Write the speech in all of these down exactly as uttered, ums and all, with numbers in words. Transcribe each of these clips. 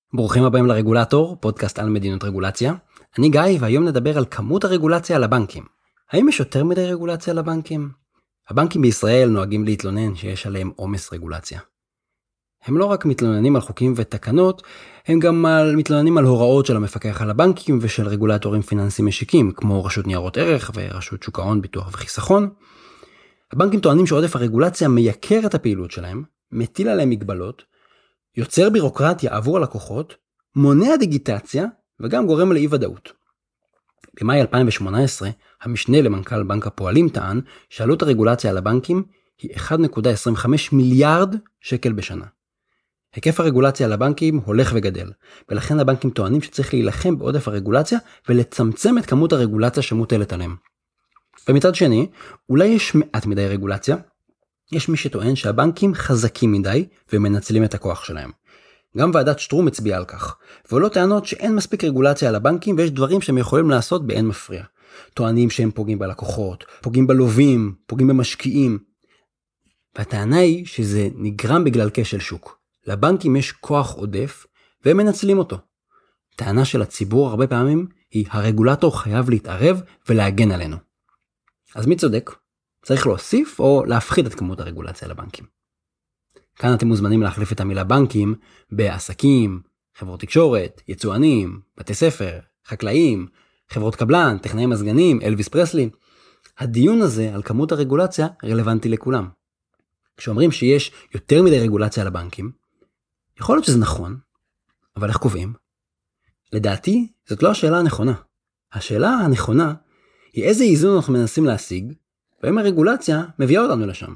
ברוכים הבאים לרגולטור, פודקאסט על מדינות רגולציה. אני גיא, והיום נדבר על כמות הרגולציה על הבנקים. האם יש יותר מדי רגולציה על הבנקים? הבנקים בישראל נוהגים להתלונן שיש עליהם עומס רגולציה. הם לא רק מתלוננים על חוקים ותקנות, הם גם על, מתלוננים על הוראות של המפקח על הבנקים ושל רגולטורים פיננסיים משיקים, כמו רשות ניירות ערך ורשות שוק ההון, ביטוח וחיסכון. הבנקים טוענים שעודף הרגולציה מייקר את הפעילות שלהם, מטיל עליהם מגבלות, יוצר בירוקרטיה עבור הלקוחות, מונע דיגיטציה וגם גורם לאי ודאות. במאי אלפיים שמונה עשרה, המשנה למנכ"ל בנק הפועלים טען שעלות הרגולציה על הבנקים היא אחד נקודה עשרים וחמש מיליארד שקל בשנה. היקף הרגולציה על הבנקים הולך וגדל, ולכן הבנקים טוענים שצריך להילחם בעודף הרגולציה ולצמצם את כמות הרגולציה שמוטלת עליהם. ומצד שני, אולי יש מעט מדי רגולציה, יש מי שטוען שהבנקים חזקים מדי ומנצלים את הכוח שלהם. גם ועדת שטרום הצביעה על כך, ועולה טענות שאין מספיק רגולציה על הבנקים ויש דברים שהם יכולים לעשות באין מפריע. טוענים שהם פוגעים בלקוחות, פוגעים בלווים, פוגעים במשקיעים. והטענה היא שזה נגרם בגלל כשל שוק. לבנקים יש כוח עודף והם מנצלים אותו. טענה של הציבור הרבה פעמים היא הרגולטור חייב להתערב ולהגן עלינו. אז מי צודק? צריך להוסיף או להפחית את כמות הרגולציה לבנקים. כאן אתם מוזמנים להחליף את המילה בנקים בעסקים, חברות תקשורת, יצואנים, בתי ספר, חקלאים, חברות קבלן, טכנאי מזגנים, אלוויס פרסלי. הדיון הזה על כמות הרגולציה רלוונטי לכולם. כשאומרים שיש יותר מדי רגולציה לבנקים, יכול להיות שזה נכון, אבל איך קובעים? לדעתי, זאת לא השאלה הנכונה. השאלה הנכונה היא איזה איזון אנחנו מנסים להשיג, ואם הרגולציה מביאה אותנו לשם.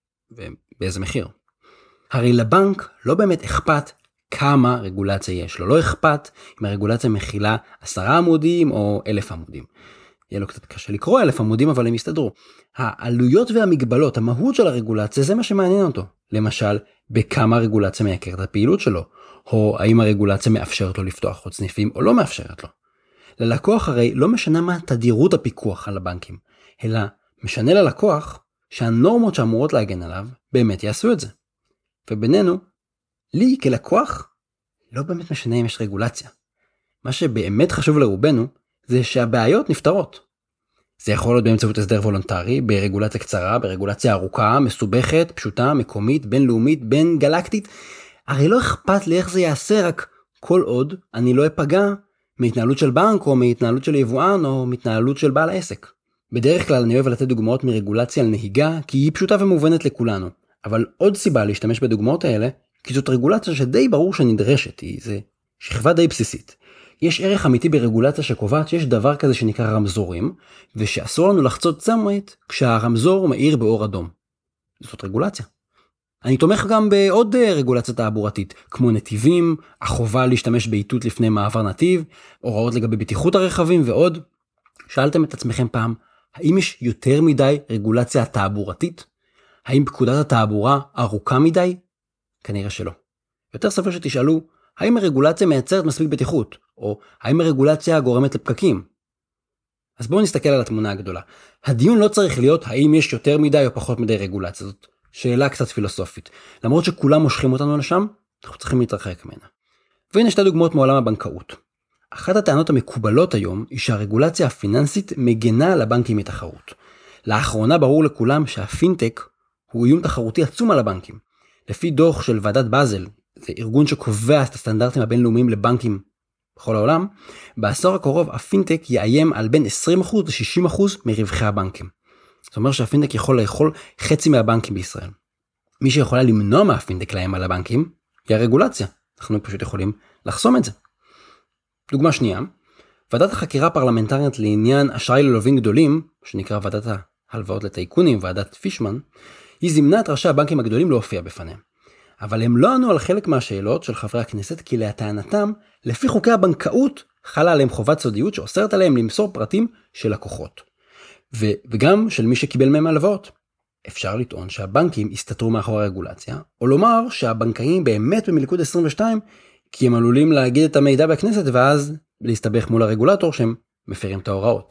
ובאיזה מחיר. הרי לבנק לא באמת אכפת כמה רגולציה יש לו. לא אכפת אם הרגולציה מכילה עשרה עמודים או אלף עמודים. יהיה לו קצת קשה לקרוא אלף עמודים, אבל הם יסתדרו. העלויות והמגבלות, המהות של הרגולציה, זה מה שמעניין אותו. למשל, בכמה הרגולציה מייקרת את הפעילות שלו, או האם הרגולציה מאפשרת לו לפתוח עוד סניפים או לא מאפשרת לו. ללקוח הרי לא משנה מה תדירות הפיקוח על הבנקים, אלא משנה ללקוח שהנורמות שאמורות להגן עליו באמת יעשו את זה. ובינינו, לי כלקוח לא באמת משנה אם יש רגולציה. מה שבאמת חשוב לרובנו זה שהבעיות נפתרות. זה יכול להיות באמצעות הסדר וולונטרי, ברגולציה קצרה, ברגולציה ארוכה, מסובכת, פשוטה, מקומית, בינלאומית, בין גלקטית. הרי לא אכפת לי איך זה יעשה, רק כל עוד אני לא אפגע מהתנהלות של בנק או מהתנהלות של יבואן או מהתנהלות של בעל העסק. בדרך כלל אני אוהב לתת דוגמאות מרגולציה על נהיגה, כי היא פשוטה ומובנת לכולנו. אבל עוד סיבה להשתמש בדוגמאות האלה, כי זאת רגולציה שדי ברור שנדרשת, היא זה שכבה די בסיסית. יש ערך אמיתי ברגולציה שקובעת שיש דבר כזה שנקרא רמזורים, ושאסור לנו לחצות צומת כשהרמזור מאיר באור אדום. זאת רגולציה. אני תומך גם בעוד רגולציה תעבורתית, כמו נתיבים, החובה להשתמש באיתות לפני מעבר נתיב, הוראות לגבי בטיחות הרכבים ועוד. שאלתם את עצמכם פעם, האם יש יותר מדי רגולציה תעבורתית? האם פקודת התעבורה ארוכה מדי? כנראה שלא. יותר סביר שתשאלו, האם הרגולציה מייצרת מספיק בטיחות? או האם הרגולציה גורמת לפקקים? אז בואו נסתכל על התמונה הגדולה. הדיון לא צריך להיות האם יש יותר מדי או פחות מדי רגולציה. זאת שאלה קצת פילוסופית. למרות שכולם מושכים אותנו לשם, אנחנו צריכים להתרחק ממנה. והנה שתי דוגמאות מעולם הבנקאות. אחת הטענות המקובלות היום היא שהרגולציה הפיננסית מגנה על הבנקים מתחרות. לאחרונה ברור לכולם שהפינטק הוא איום תחרותי עצום על הבנקים. לפי דוח של ועדת באזל, זה ארגון שקובע את הסטנדרטים הבינלאומיים לבנקים בכל העולם, בעשור הקרוב הפינטק יאיים על בין עשרים אחוז ל-שישים אחוז מרווחי הבנקים. זאת אומרת שהפינטק יכול לאכול חצי מהבנקים בישראל. מי שיכולה למנוע מהפינטק לאיים על הבנקים היא הרגולציה. אנחנו פשוט יכולים לחסום את זה. דוגמה שנייה, ועדת החקירה הפרלמנטרית לעניין אשראי ללווים גדולים, שנקרא ועדת ההלוואות לטייקונים, ועדת פישמן, היא זימנה את ראשי הבנקים הגדולים להופיע בפניהם. אבל הם לא ענו על חלק מהשאלות של חברי הכנסת, כי לטענתם, לפי חוקי הבנקאות, חלה עליהם חובת סודיות שאוסרת עליהם למסור פרטים של לקוחות. ו- וגם של מי שקיבל מהם הלוואות. אפשר לטעון שהבנקים הסתתרו מאחורי הרגולציה, או לומר שהבנקאים באמת במלכוד עשרים ושתיים, כי הם עלולים להגיד את המידע בכנסת, ואז להסתבך מול הרגולטור שהם מפרים את ההוראות.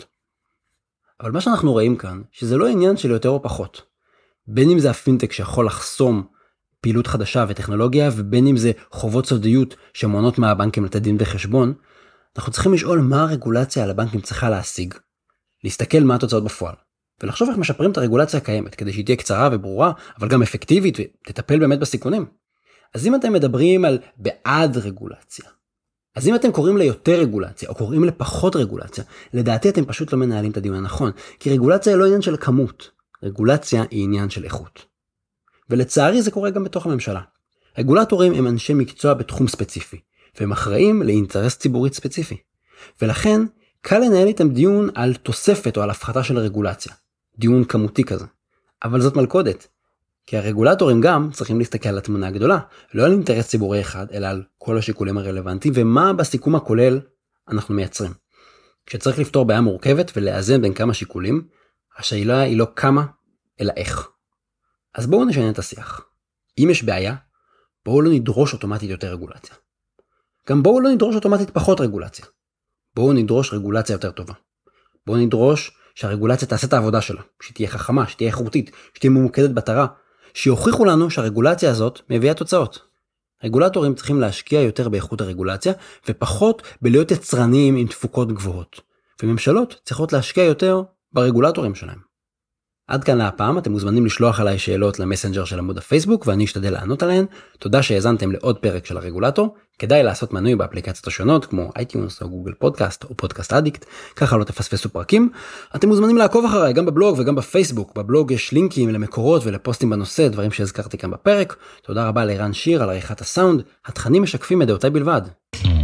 אבל מה שאנחנו רואים כאן, שזה לא עניין של יותר או פחות. בין אם זה הפינטק שיכול לחסום פעילות חדשה וטכנולוגיה, ובין אם זה חובות סודיות שמונעות מהבנקים לתת דין וחשבון, אנחנו צריכים לשאול מה הרגולציה על הבנקים צריכה להשיג, להסתכל מה התוצאות בפועל, ולחשוב איך משפרים את הרגולציה הקיימת, כדי שהיא תהיה קצרה וברורה, אבל גם אפקטיבית ותטפל באמת בסיכונים. אז אם אתם מדברים על בעד רגולציה, אז אם אתם קוראים ליותר רגולציה, או קוראים לפחות רגולציה, לדעתי אתם פשוט לא מנהלים את הדיון הנכון, כי רגולציה היא לא עניין של כמות, רגולציה היא עניין של איכות. ולצערי זה קורה גם בתוך הממשלה. רגולטורים הם אנשי מקצוע בתחום ספציפי, והם אחראים לאינטרס ציבורית ספציפי. ולכן, קל לנהל איתם דיון על תוספת או על הפחתה של הרגולציה. דיון כמותי כזה. אבל זאת מלכודת. כי הרגולטורים גם צריכים להסתכל על התמונה הגדולה, לא על אינטרס ציבורי אחד, אלא על כל השיקולים הרלוונטיים, ומה בסיכום הכולל אנחנו מייצרים. כשצריך לפתור בעיה מורכבת ולאזן בין כמה שיקולים, השאלה היא לא כמה, אלא איך. אז בואו נשנה את השיח. אם יש בעיה, בואו לא נדרוש אוטומטית יותר רגולציה. גם בואו לא נדרוש אוטומטית פחות רגולציה. בואו נדרוש רגולציה יותר טובה. בואו נדרוש שהרגולציה תעשה את העבודה שלה, שתהיה חכמה, שתהיה איכותית, שתהיה ממוקדת מטרה, שיוכיחו לנו שהרגולציה הזאת מביאה תוצאות. רגולטורים צריכים להשקיע יותר באיכות הרגולציה, ופחות בלהיות יצרניים עם תפוקות גבוהות. וממשלות צריכות להשקיע יותר ברגולטורים שלהם. עד כאן להפעם, אתם מוזמנים לשלוח עליי שאלות למסנג'ר של עמוד הפייסבוק, ואני אשתדל לענות עליהן. תודה שהאזנתם לעוד פרק של הרגולטור. כדאי לעשות מנוי באפליקציות השונות, כמו אייטיונס או גוגל פודקאסט או פודקאסט אדיקט, ככה לא תפספסו פרקים. אתם מוזמנים לעקוב אחריי גם בבלוג וגם בפייסבוק. בבלוג יש לינקים למקורות ולפוסטים בנושא, דברים שהזכרתי כאן בפרק. תודה רבה לערן שיר על עריכת הסאונד. התכנים משקפים את דעותיי בלבד.